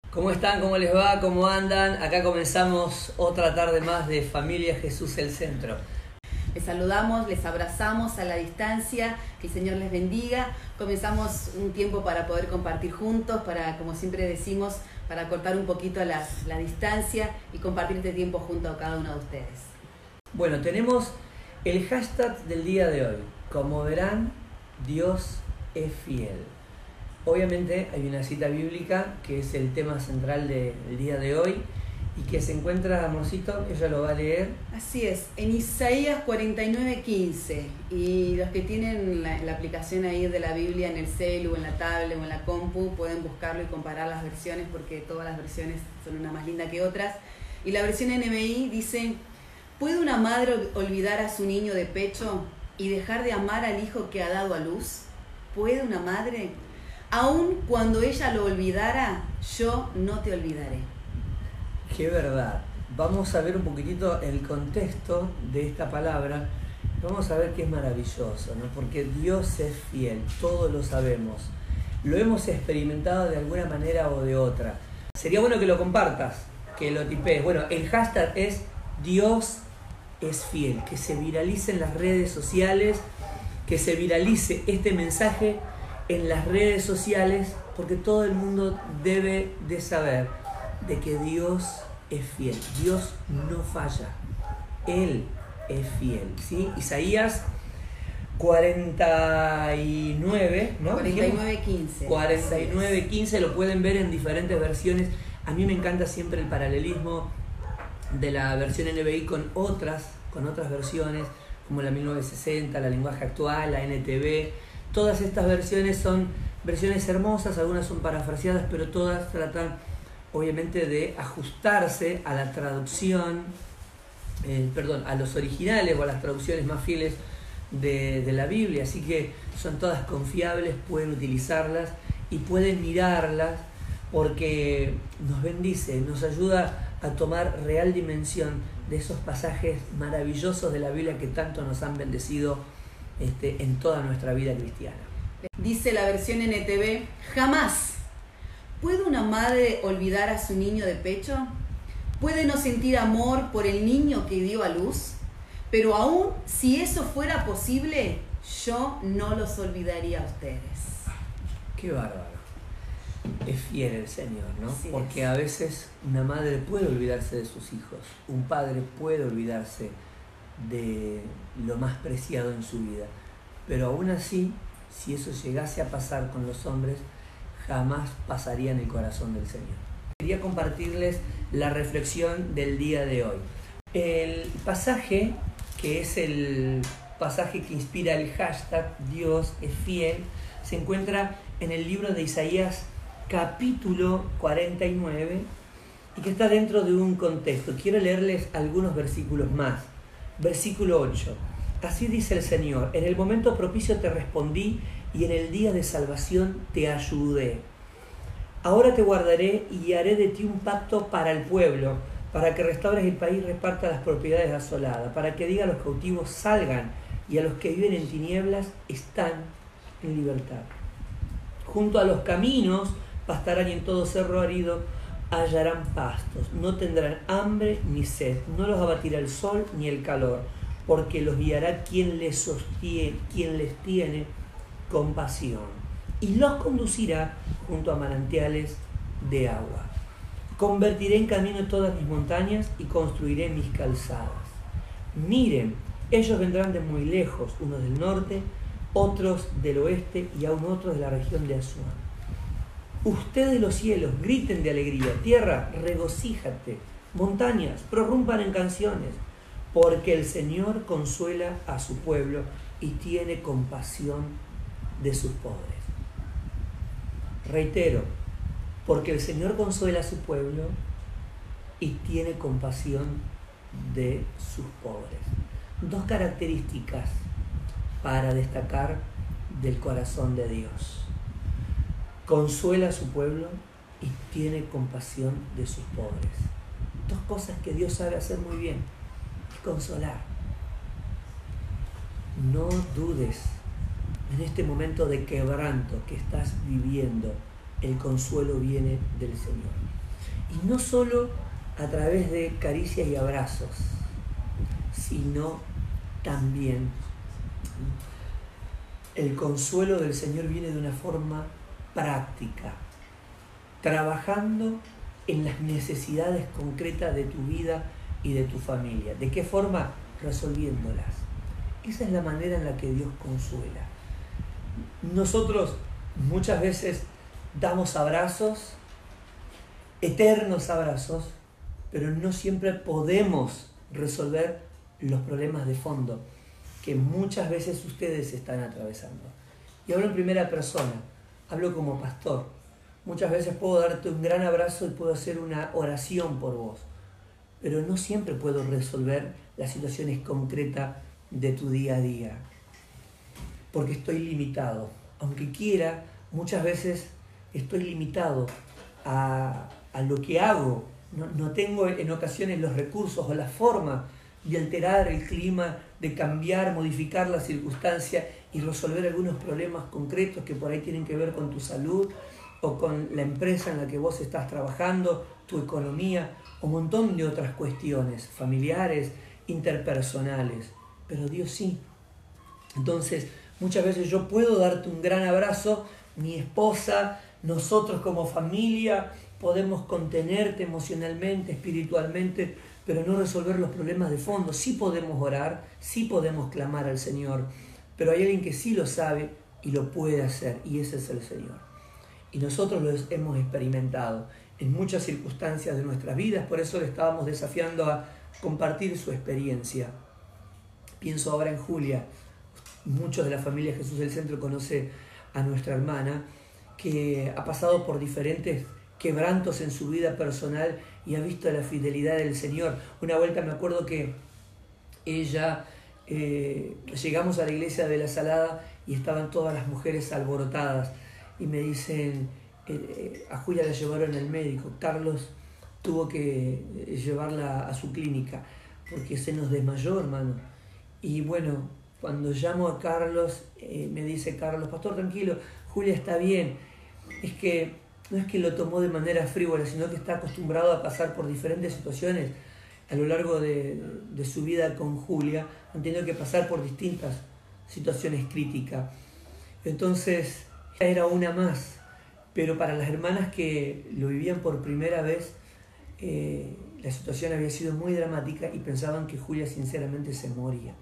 ¿Cómo están? ¿Cómo les va? ¿Cómo andan? Acá comenzamos otra tarde más de Familia Jesús el Centro. Les saludamos, les abrazamos a la distancia, que el Señor les bendiga. Comenzamos un tiempo para poder compartir juntos, para, como siempre decimos, para cortar un poquito la distancia y compartir este tiempo junto a cada uno de ustedes. Bueno, tenemos el hashtag del día de hoy. Como verán, Dios es fiel. Obviamente hay una cita bíblica que es el tema central del día de hoy y que se encuentra, amorcito, ella lo va a leer. Así es, en Isaías 49:15, y los que tienen la aplicación ahí de la Biblia en el celu, en la tablet o en la compu, pueden buscarlo y comparar las versiones porque todas las versiones son una más linda que otras. Y la versión NBI dice: ¿puede una madre olvidar a su niño de pecho y dejar de amar al hijo que ha dado a luz? ¿Puede una madre? Aun cuando ella lo olvidara, yo no te olvidaré. Qué verdad. Vamos a ver un poquitito el contexto de esta palabra. Vamos a ver que es maravilloso, ¿no? Porque Dios es fiel, todos lo sabemos. Lo hemos experimentado de alguna manera o de otra. Sería bueno que lo compartas, que lo tipees. Bueno, el hashtag es Dios es fiel, que se viralice en las redes sociales, que se viralice este mensaje en las redes sociales, porque todo el mundo debe de saber de que Dios es fiel. Dios no falla. Él es fiel, ¿sí? Isaías 49, ¿no? 49:15. 49:15, lo pueden ver en diferentes versiones. A mí me encanta siempre el paralelismo de la versión NBI con otras versiones, como la 1960, la lenguaje actual, la NTV. Todas estas versiones son versiones hermosas, algunas son parafraseadas, pero todas tratan obviamente de ajustarse a la traducción, a los originales o a las traducciones más fieles de la Biblia. Así que son todas confiables, pueden utilizarlas y pueden mirarlas porque nos bendice, nos ayuda a tomar real dimensión de esos pasajes maravillosos de la Biblia que tanto nos han bendecido en toda nuestra vida cristiana. Dice la versión NTV: jamás. ¿Puede una madre olvidar a su niño de pecho? ¿Puede no sentir amor por el niño que dio a luz? Pero aún si eso fuera posible, yo no los olvidaría a ustedes. Qué bárbaro. Es fiel el Señor, ¿no? Así porque es. a veces una madre puede olvidarse de sus hijos, un padre puede olvidarse de lo más preciado en su vida, pero aún así, si eso llegase a pasar con los hombres, jamás pasaría en el corazón del Señor. Quería compartirles la reflexión del día de hoy. El pasaje, que es el pasaje que inspira el hashtag Dios es fiel, se encuentra en el libro de Isaías capítulo 49 y que está dentro de un contexto. Quiero leerles algunos versículos más. Versículo 8. Así dice el Señor: en el momento propicio te respondí y en el día de salvación te ayudé. Ahora te guardaré y haré de ti un pacto para el pueblo, para que restaures el país y reparta las propiedades asoladas, para que diga a los cautivos salgan y a los que viven en tinieblas están en libertad. Junto a los caminos pastarán y en todo cerro árido hallarán pastos. No tendrán hambre ni sed, no los abatirá el sol ni el calor, porque los guiará quien les sostiene, quien les tiene compasión, y los conducirá junto a manantiales de agua. Convertiré en camino todas mis montañas y construiré mis calzadas. Miren, ellos vendrán de muy lejos, unos del norte, otros del oeste y aún otros de la región de Asuán. Ustedes los cielos griten de alegría, tierra, regocíjate, montañas, prorrumpan en canciones, porque el Señor consuela a su pueblo y tiene compasión de sus pobres. Reitero, porque el Señor consuela a su pueblo y tiene compasión de sus pobres. Dos características para destacar del corazón de Dios. Consuela a su pueblo y tiene compasión de sus pobres. Dos cosas que Dios sabe hacer muy bien: consolar. No dudes en este momento de quebranto que estás viviendo, el consuelo viene del Señor. Y no solo a través de caricias y abrazos, sino también el consuelo del Señor viene de una forma práctica, trabajando en las necesidades concretas de tu vida y de tu familia. ¿De qué forma? Resolviéndolas. Esa es la manera en la que Dios consuela. Nosotros muchas veces damos abrazos, eternos abrazos, pero no siempre podemos resolver los problemas de fondo que muchas veces ustedes están atravesando. Y hablo en primera persona, hablo como pastor. Muchas veces puedo darte un gran abrazo y puedo hacer una oración por vos, pero no siempre puedo resolver las situaciones concretas de tu día a día, porque estoy limitado. Aunque quiera, muchas veces estoy limitado a lo que hago. No tengo en ocasiones los recursos o la forma de alterar el clima, de cambiar, modificar la circunstancia y resolver algunos problemas concretos que por ahí tienen que ver con tu salud o con la empresa en la que vos estás trabajando, tu economía, o un montón de otras cuestiones familiares, interpersonales. Pero Dios sí. Entonces, muchas veces yo puedo darte un gran abrazo, mi esposa, nosotros como familia, podemos contenerte emocionalmente, espiritualmente, pero no resolver los problemas de fondo. Sí podemos orar, sí podemos clamar al Señor, pero hay alguien que sí lo sabe y lo puede hacer, y ese es el Señor. Y nosotros lo hemos experimentado en muchas circunstancias de nuestras vidas, por eso le estábamos desafiando a compartir su experiencia. Pienso ahora en Julia. Muchos de la familia Jesús del Centro conoce a nuestra hermana, que ha pasado por diferentes quebrantos en su vida personal y ha visto la fidelidad del Señor. Una vuelta me acuerdo que ella, llegamos a la iglesia de La Salada y estaban todas las mujeres alborotadas y me dicen, a Julia la llevaron al médico, Carlos tuvo que llevarla a su clínica porque se nos desmayó, hermano. Y bueno, cuando llamo a Carlos, me dice Carlos, pastor, tranquilo, Julia está bien. Es que no es que lo tomó de manera frívola, sino que está acostumbrado a pasar por diferentes situaciones a lo largo de su vida con Julia. Han tenido que pasar por distintas situaciones críticas. Entonces, era una más. Pero para las hermanas que lo vivían por primera vez, la situación había sido muy dramática y pensaban que Julia sinceramente se moría.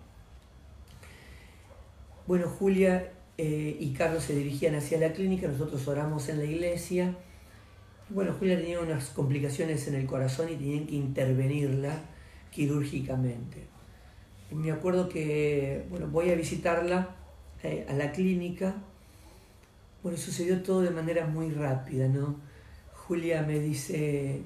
Bueno, Julia y Carlos se dirigían hacia la clínica, nosotros oramos en la iglesia. Bueno, Julia tenía unas complicaciones en el corazón y tenían que intervenirla quirúrgicamente. Y me acuerdo que, bueno, voy a visitarla a la clínica. Bueno, sucedió todo de manera muy rápida, ¿no? Julia me dice,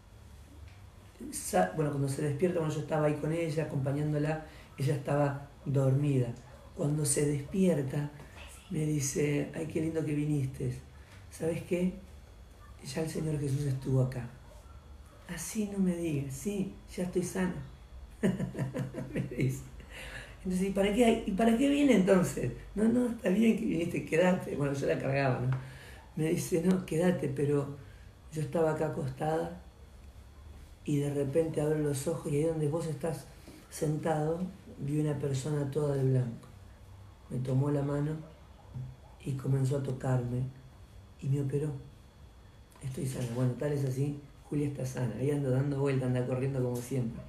bueno, cuando se despierta, bueno, yo estaba ahí con ella, acompañándola, ella estaba dormida. Cuando se despierta, me dice, ay, qué lindo que viniste. ¿Sabes qué? Ya el Señor Jesús estuvo acá. Así no me digas, sí, ya estoy sana. Me dice. Entonces, ¿y para qué viene entonces? No, está bien que viniste, quedate. Bueno, yo la cargaba, ¿no? Me dice, no, quédate, pero yo estaba acá acostada y de repente abro los ojos y ahí donde vos estás sentado, vi una persona toda de blanco. Me tomó la mano y comenzó a tocarme y me operó. Estoy sana. Bueno, tal es así, Julia está sana. Ahí anda dando vueltas, anda corriendo como siempre.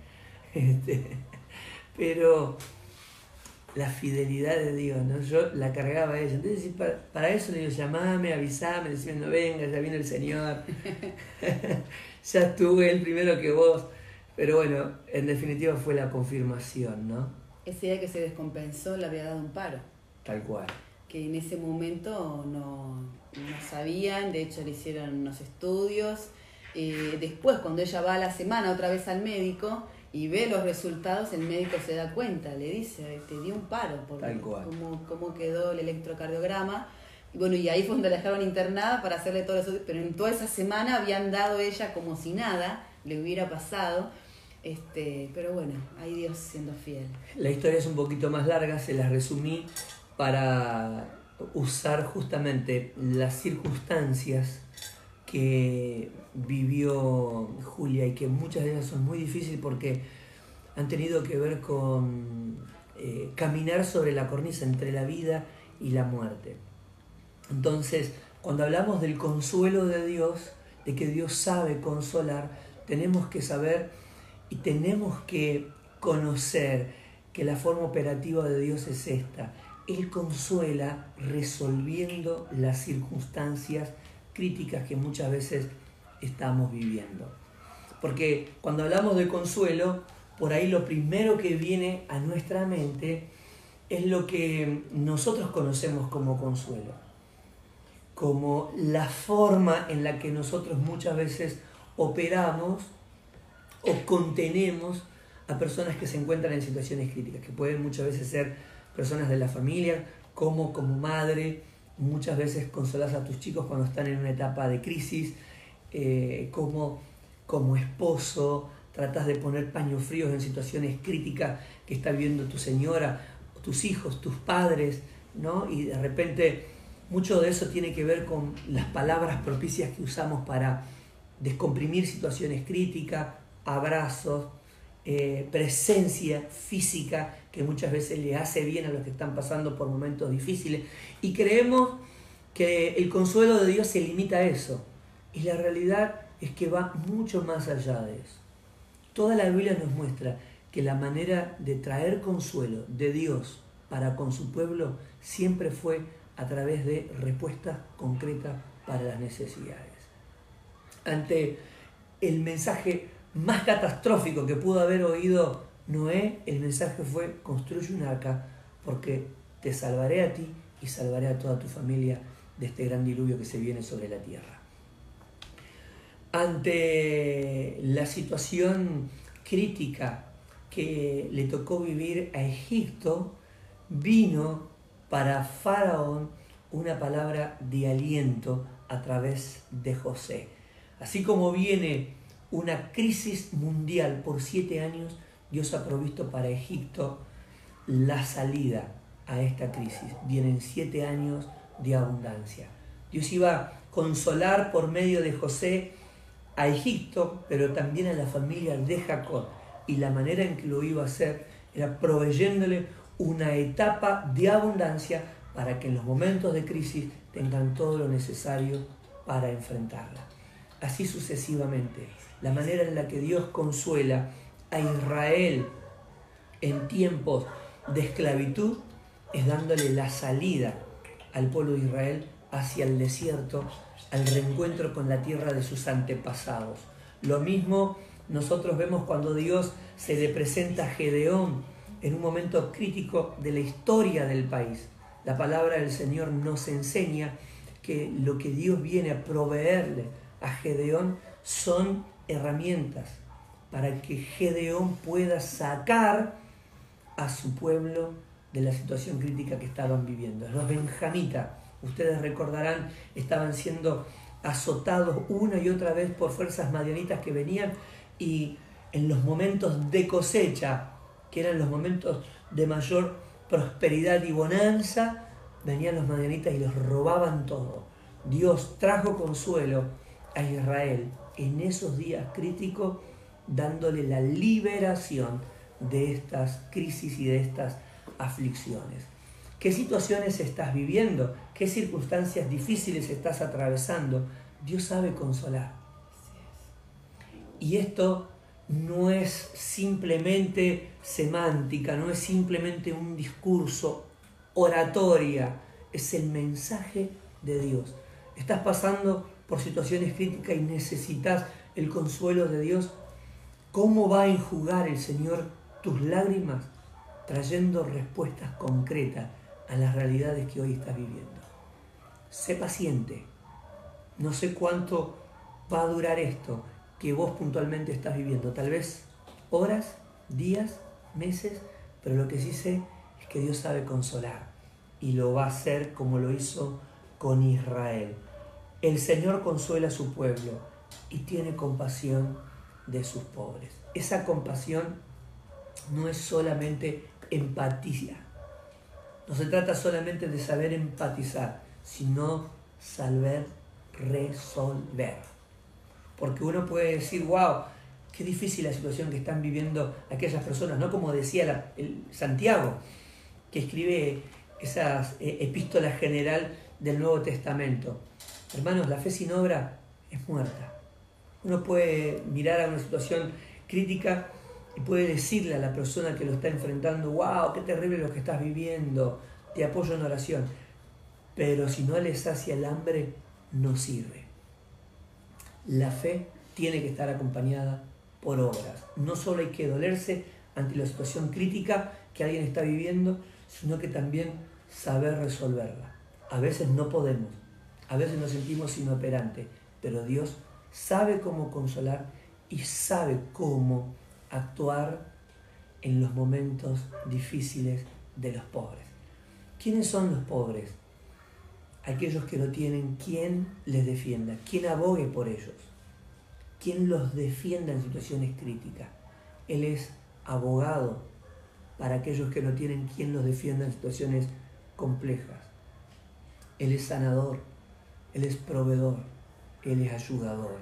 Pero la fidelidad de Dios, ¿no? Yo la cargaba a ella. Entonces, para eso le digo, llamame, avísame, decime, no venga, ya viene el Señor. Ya estuve el primero que vos. Pero bueno, en definitiva fue la confirmación, ¿no? Ese día que se descompensó le había dado un paro. Tal cual. Que en ese momento no sabían, de hecho le hicieron unos estudios. Después, cuando ella va a la semana otra vez al médico y ve los resultados, el médico se da cuenta, le dice, te dio un paro, por cómo quedó el electrocardiograma. Y bueno, y ahí fue donde la dejaron internada para hacerle todo eso, pero en toda esa semana habían dado ella como si nada le hubiera pasado. Pero bueno, ahí Dios siendo fiel. La historia es un poquito más larga, se la resumí para usar justamente las circunstancias que vivió Julia y que muchas de ellas son muy difíciles porque han tenido que ver con caminar sobre la cornisa entre la vida y la muerte. Entonces, cuando hablamos del consuelo de Dios, de que Dios sabe consolar, tenemos que saber y tenemos que conocer que la forma operativa de Dios es esta. Él consuela resolviendo las circunstancias críticas que muchas veces estamos viviendo. Porque cuando hablamos de consuelo, por ahí lo primero que viene a nuestra mente es lo que nosotros conocemos como consuelo, como la forma en la que nosotros muchas veces operamos o contenemos a personas que se encuentran en situaciones críticas, que pueden muchas veces ser personas de la familia, como madre, muchas veces consolás a tus chicos cuando están en una etapa de crisis, como esposo, tratás de poner paños fríos en situaciones críticas que está viviendo tu señora, tus hijos, tus padres, ¿no? Y de repente mucho de eso tiene que ver con las palabras propicias que usamos para descomprimir situaciones críticas, abrazos, presencia física que muchas veces le hace bien a los que están pasando por momentos difíciles. Y creemos que el consuelo de Dios se limita a eso. Y la realidad es que va mucho más allá de eso. Toda la Biblia nos muestra que la manera de traer consuelo de Dios para con su pueblo siempre fue a través de respuestas concretas para las necesidades. Ante el mensaje más catastrófico que pudo haber oído Noé, el mensaje fue: construye un arca porque te salvaré a ti y salvaré a toda tu familia de este gran diluvio que se viene sobre la tierra. Ante la situación crítica que le tocó vivir a Egipto, vino para Faraón una palabra de aliento a través de José. Así como viene una crisis mundial por 7 años, Dios ha provisto para Egipto la salida a esta crisis. Vienen 7 años de abundancia. Dios iba a consolar por medio de José a Egipto, pero también a la familia de Jacob. Y la manera en que lo iba a hacer era proveyéndole una etapa de abundancia para que en los momentos de crisis tengan todo lo necesario para enfrentarla. Así sucesivamente. La manera en la que Dios consuela a Israel en tiempos de esclavitud es dándole la salida al pueblo de Israel hacia el desierto, al reencuentro con la tierra de sus antepasados. Lo mismo nosotros vemos cuando Dios se le presenta a Gedeón en un momento crítico de la historia del país. La palabra del Señor nos enseña que lo que Dios viene a proveerle a Gedeón son herramientas para que Gedeón pueda sacar a su pueblo de la situación crítica que estaban viviendo. Los benjamitas, ustedes recordarán, estaban siendo azotados una y otra vez por fuerzas madianitas que venían, y en los momentos de cosecha, que eran los momentos de mayor prosperidad y bonanza, venían los madianitas y les robaban todo. Dios trajo consuelo a Israel en esos días críticos, dándole la liberación de estas crisis y de estas aflicciones. ¿Qué situaciones estás viviendo? ¿Qué circunstancias difíciles estás atravesando? Dios sabe consolar. Y esto no es simplemente semántica, no es simplemente un discurso, oratoria, es el mensaje de Dios. Estás pasando por situaciones críticas y necesitas el consuelo de Dios. ¿Cómo va a enjugar el Señor tus lágrimas? Trayendo respuestas concretas a las realidades que hoy estás viviendo. Sé paciente. No sé cuánto va a durar esto que vos puntualmente estás viviendo. Tal vez horas, días, meses, pero lo que sí sé es que Dios sabe consolar y lo va a hacer como lo hizo con Israel. El Señor consuela a su pueblo y tiene compasión de sus pobres. Esa compasión no es solamente empatía. No se trata solamente de saber empatizar, sino saber resolver. Porque uno puede decir, wow, qué difícil la situación que están viviendo aquellas personas, ¿no? Como decía Santiago, que escribe esas epístolas general del Nuevo Testamento. Hermanos, la fe sin obra es muerta. Uno puede mirar a una situación crítica y puede decirle a la persona que lo está enfrentando, wow, qué terrible lo que estás viviendo, te apoyo en oración. Pero si no le sacia el hambre, no sirve. La fe tiene que estar acompañada por obras. No solo hay que dolerse ante la situación crítica que alguien está viviendo, sino que también saber resolverla. A veces no podemos, a veces nos sentimos inoperantes, pero Dios sabe cómo consolar y sabe cómo actuar en los momentos difíciles de los pobres. ¿Quiénes son los pobres? Aquellos que no tienen quien les defienda, quien abogue por ellos, quien los defienda en situaciones críticas. Él es abogado para aquellos que no tienen quien los defienda en situaciones complejas. Él es sanador, Él es proveedor, Él es ayudador.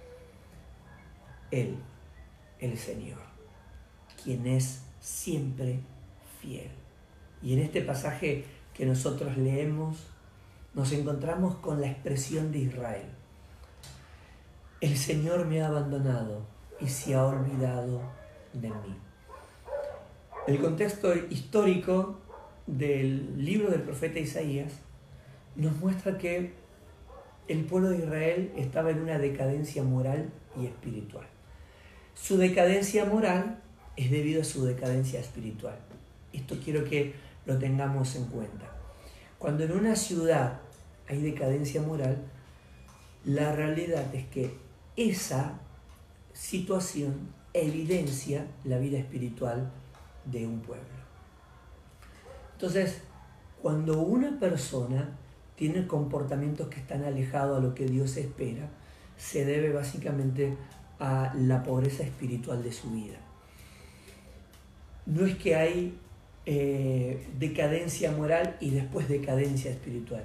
Él, el Señor, quien es siempre fiel. Y en este pasaje que nosotros leemos, nos encontramos con la expresión de Israel. El Señor me ha abandonado y se ha olvidado de mí. El contexto histórico del libro del profeta Isaías nos muestra que el pueblo de Israel estaba en una decadencia moral y espiritual. Su decadencia moral es debido a su decadencia espiritual. Esto quiero que lo tengamos en cuenta. Cuando en una ciudad hay decadencia moral, la realidad es que esa situación evidencia la vida espiritual de un pueblo. Entonces, cuando una persona tiene comportamientos que están alejados a lo que Dios espera, se debe básicamente a la pobreza espiritual de su vida. No es que hay decadencia moral y después decadencia espiritual.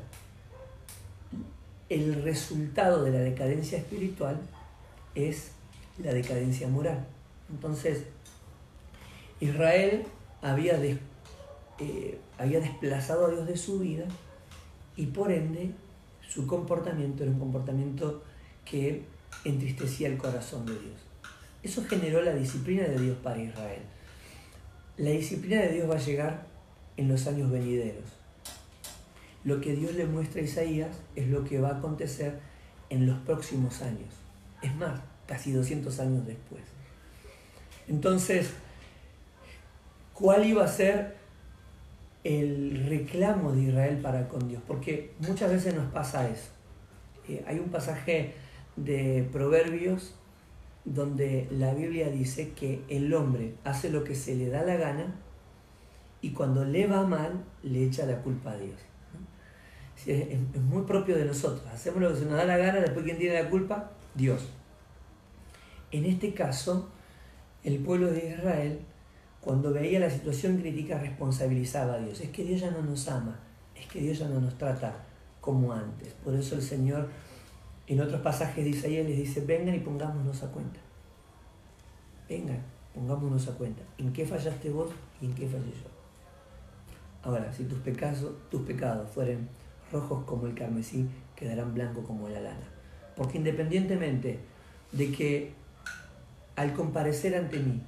El resultado de la decadencia espiritual es la decadencia moral. Entonces, Israel había desplazado a Dios de su vida y por ende su comportamiento era un comportamiento que entristecía el corazón de Dios. Eso generó la disciplina de Dios para Israel. La disciplina de Dios va a llegar en los años venideros. Lo que Dios le muestra a Isaías es lo que va a acontecer en los próximos años. Es más, casi 200 años después. Entonces, ¿cuál iba a ser el reclamo de Israel para con Dios? Porque muchas veces nos pasa eso. Hay un pasaje de Proverbios donde la Biblia dice que el hombre hace lo que se le da la gana y cuando le va mal le echa la culpa a Dios. Es muy propio de nosotros. Hacemos lo que se nos da la gana, después ¿quién tiene la culpa? Dios. En este caso, el pueblo de Israel, cuando veía la situación crítica, responsabilizaba a Dios. Es que Dios ya no nos ama, es que Dios ya no nos trata como antes. Por eso el Señor, en otros pasajes de Isaías, les dice, vengan y pongámonos a cuenta. Vengan, pongámonos a cuenta. ¿En qué fallaste vos y en qué fallé yo? Ahora, si tus pecados fueren rojos como el carmesí, quedarán blancos como la lana. Porque independientemente de que al comparecer ante mí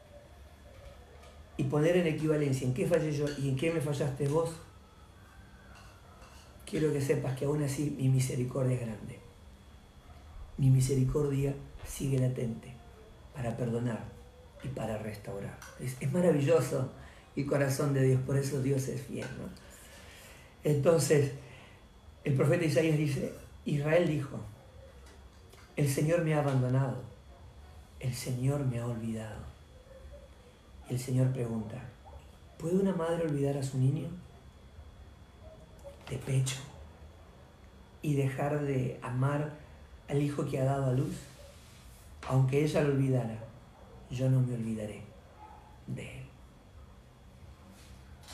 y poner en equivalencia en qué fallé yo y en qué me fallaste vos, quiero que sepas que aún así mi misericordia es grande. Mi misericordia sigue latente para perdonar y para restaurar. Es maravilloso el corazón de Dios, por eso Dios es fiel, ¿no? Entonces, el profeta Isaías dice, Israel dijo, el Señor me ha abandonado, el Señor me ha olvidado. Y el Señor pregunta, ¿puede una madre olvidar a su niño de pecho y dejar de amar al hijo que ha dado a luz? Aunque ella lo olvidara, yo no me olvidaré de él.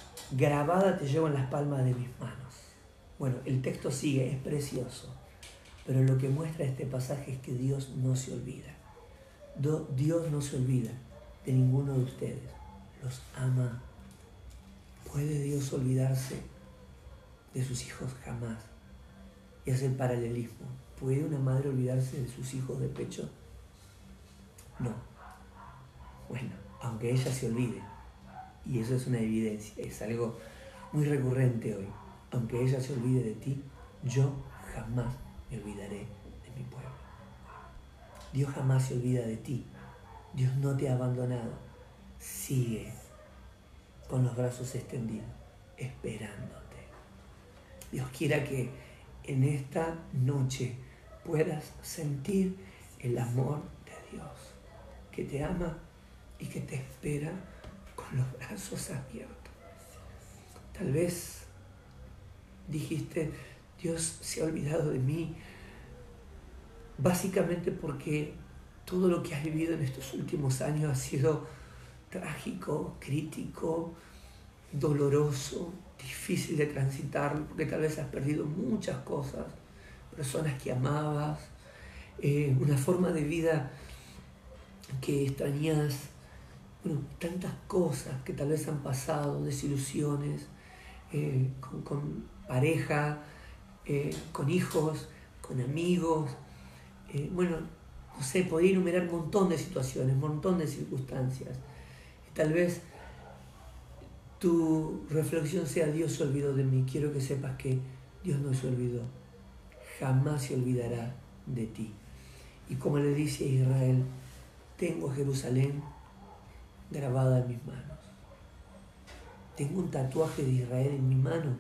Grabada te llevo en las palmas de mis manos. Bueno, el texto sigue, es precioso. Pero lo que muestra este pasaje es que Dios no se olvida. Dios no se olvida de ninguno de ustedes. Los ama. ¿Puede Dios olvidarse de sus hijos? Jamás. Y hace el paralelismo. ¿Puede una madre olvidarse de sus hijos de pecho? No. Bueno, aunque ella se olvide, y eso es una evidencia, es algo muy recurrente hoy, aunque ella se olvide de ti, yo jamás me olvidaré de mi pueblo. Dios jamás se olvida de ti. Dios no te ha abandonado. Sigue con los brazos extendidos, esperándote. Dios quiera que en esta noche puedas sentir el amor de Dios, que te ama y que te espera con los brazos abiertos. Tal vez dijiste, Dios se ha olvidado de mí, básicamente porque todo lo que has vivido en estos últimos años ha sido trágico, crítico, doloroso, difícil de transitar, porque tal vez has perdido muchas cosas, personas que amabas, una forma de vida que extrañas, bueno, tantas cosas que tal vez han pasado, desilusiones, con pareja, con hijos, con amigos, bueno, no sé, podría enumerar un montón de situaciones, un montón de circunstancias. Tal vez tu reflexión sea, Dios se olvidó de mí. Quiero que sepas que Dios no se olvidó, jamás se olvidará de ti. Y como le dice a Israel, tengo Jerusalén grabada en mis manos. Tengo un tatuaje de Israel en mi mano.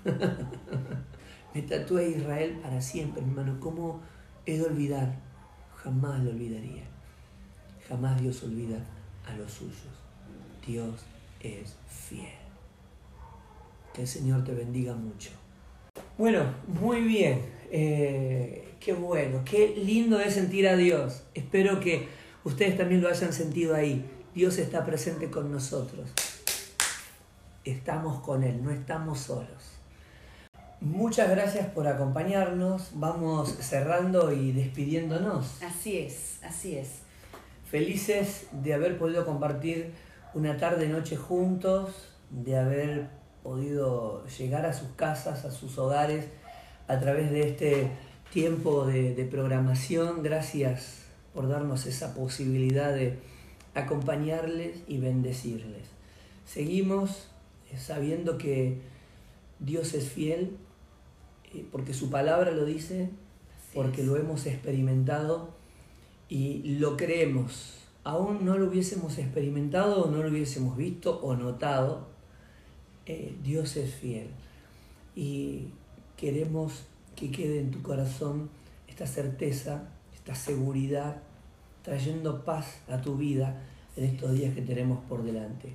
Me tatué a Israel para siempre en mi mano. ¿Cómo he de olvidar? Jamás lo olvidaría. Jamás Dios olvida a los suyos. Dios es fiel. Que el Señor te bendiga mucho. Bueno, muy bien. Qué bueno, qué lindo es sentir a Dios. Espero que ustedes también lo hayan sentido ahí. Dios está presente con nosotros. Estamos con Él, no estamos solos. Muchas gracias por acompañarnos. Vamos cerrando y despidiéndonos. Así es, así es. Felices de haber podido compartir una tarde-noche juntos, de haber podido llegar a sus casas, a sus hogares, a través de este tiempo de programación. Gracias por darnos esa posibilidad de acompañarles y bendecirles. Seguimos sabiendo que Dios es fiel, porque su palabra lo dice, porque lo hemos experimentado y lo creemos. Aún no lo hubiésemos experimentado o no lo hubiésemos visto o notado, Dios es fiel. Y queremos que quede en tu corazón esta certeza, esta seguridad, trayendo paz a tu vida en estos días que tenemos por delante.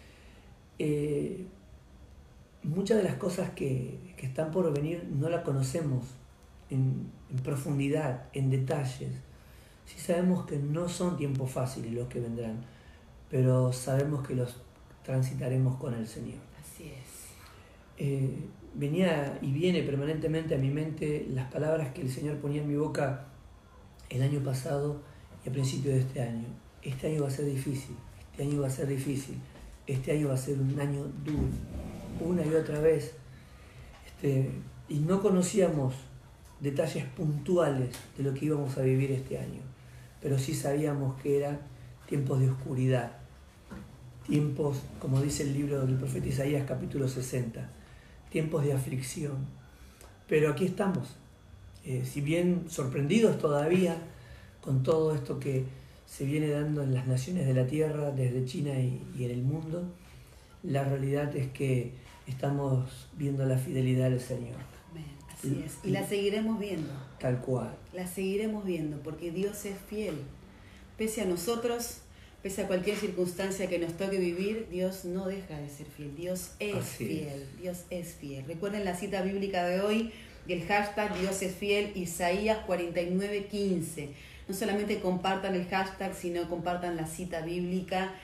Muchas de las cosas que están por venir no las conocemos en profundidad, en detalles. Sí sabemos que no son tiempos fáciles los que vendrán, pero sabemos que los transitaremos con el Señor. Así es. Venía y viene permanentemente a mi mente las palabras que el Señor ponía en mi boca el año pasado y a principios de este año. Este año va a ser difícil, este año va a ser difícil, este año va a ser un año duro, una y otra vez. Y no conocíamos detalles puntuales de lo que íbamos a vivir este año, pero sí sabíamos que eran tiempos de oscuridad, tiempos, como dice el libro del profeta Isaías, capítulo 60, tiempos de aflicción. Pero aquí estamos, si bien sorprendidos todavía con todo esto que se viene dando en las naciones de la tierra, desde China y en el mundo, la realidad es que estamos viendo la fidelidad del Señor. Amén. Así es. Y la seguiremos viendo. Tal cual. La seguiremos viendo porque Dios es fiel. Pese a nosotros, pese a cualquier circunstancia que nos toque vivir, Dios no deja de ser fiel. Dios es fiel. Dios es fiel. Recuerden la cita bíblica de hoy y el hashtag Dios es fiel, Isaías 49:15. No solamente compartan el hashtag, sino compartan la cita bíblica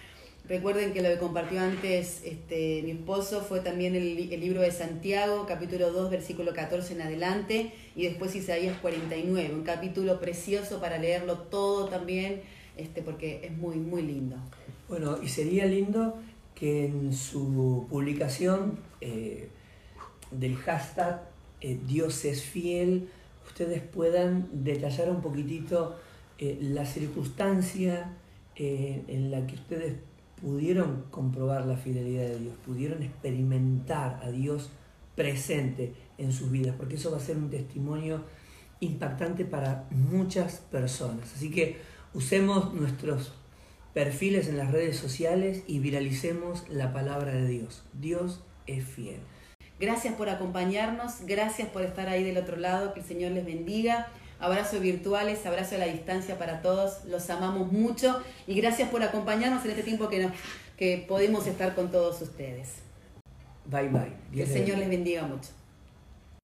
Recuerden que lo que compartió antes mi esposo fue también el libro de Santiago, capítulo 2, versículo 14 en adelante, y después Isaías 49, un capítulo precioso para leerlo todo también, porque es muy, muy lindo. Bueno, y sería lindo que en su publicación del hashtag Dios es fiel, ustedes puedan detallar un poquitito la circunstancia en la que ustedes pudieron comprobar la fidelidad de Dios, pudieron experimentar a Dios presente en sus vidas, porque eso va a ser un testimonio impactante para muchas personas. Así que usemos nuestros perfiles en las redes sociales y viralicemos la palabra de Dios. Dios es fiel. Gracias por acompañarnos, gracias por estar ahí del otro lado, que el Señor les bendiga. Abrazos virtuales, abrazo a la distancia para todos, los amamos mucho y gracias por acompañarnos en este tiempo que podemos estar con todos ustedes. Bye bye. Que el Señor les bendiga mucho.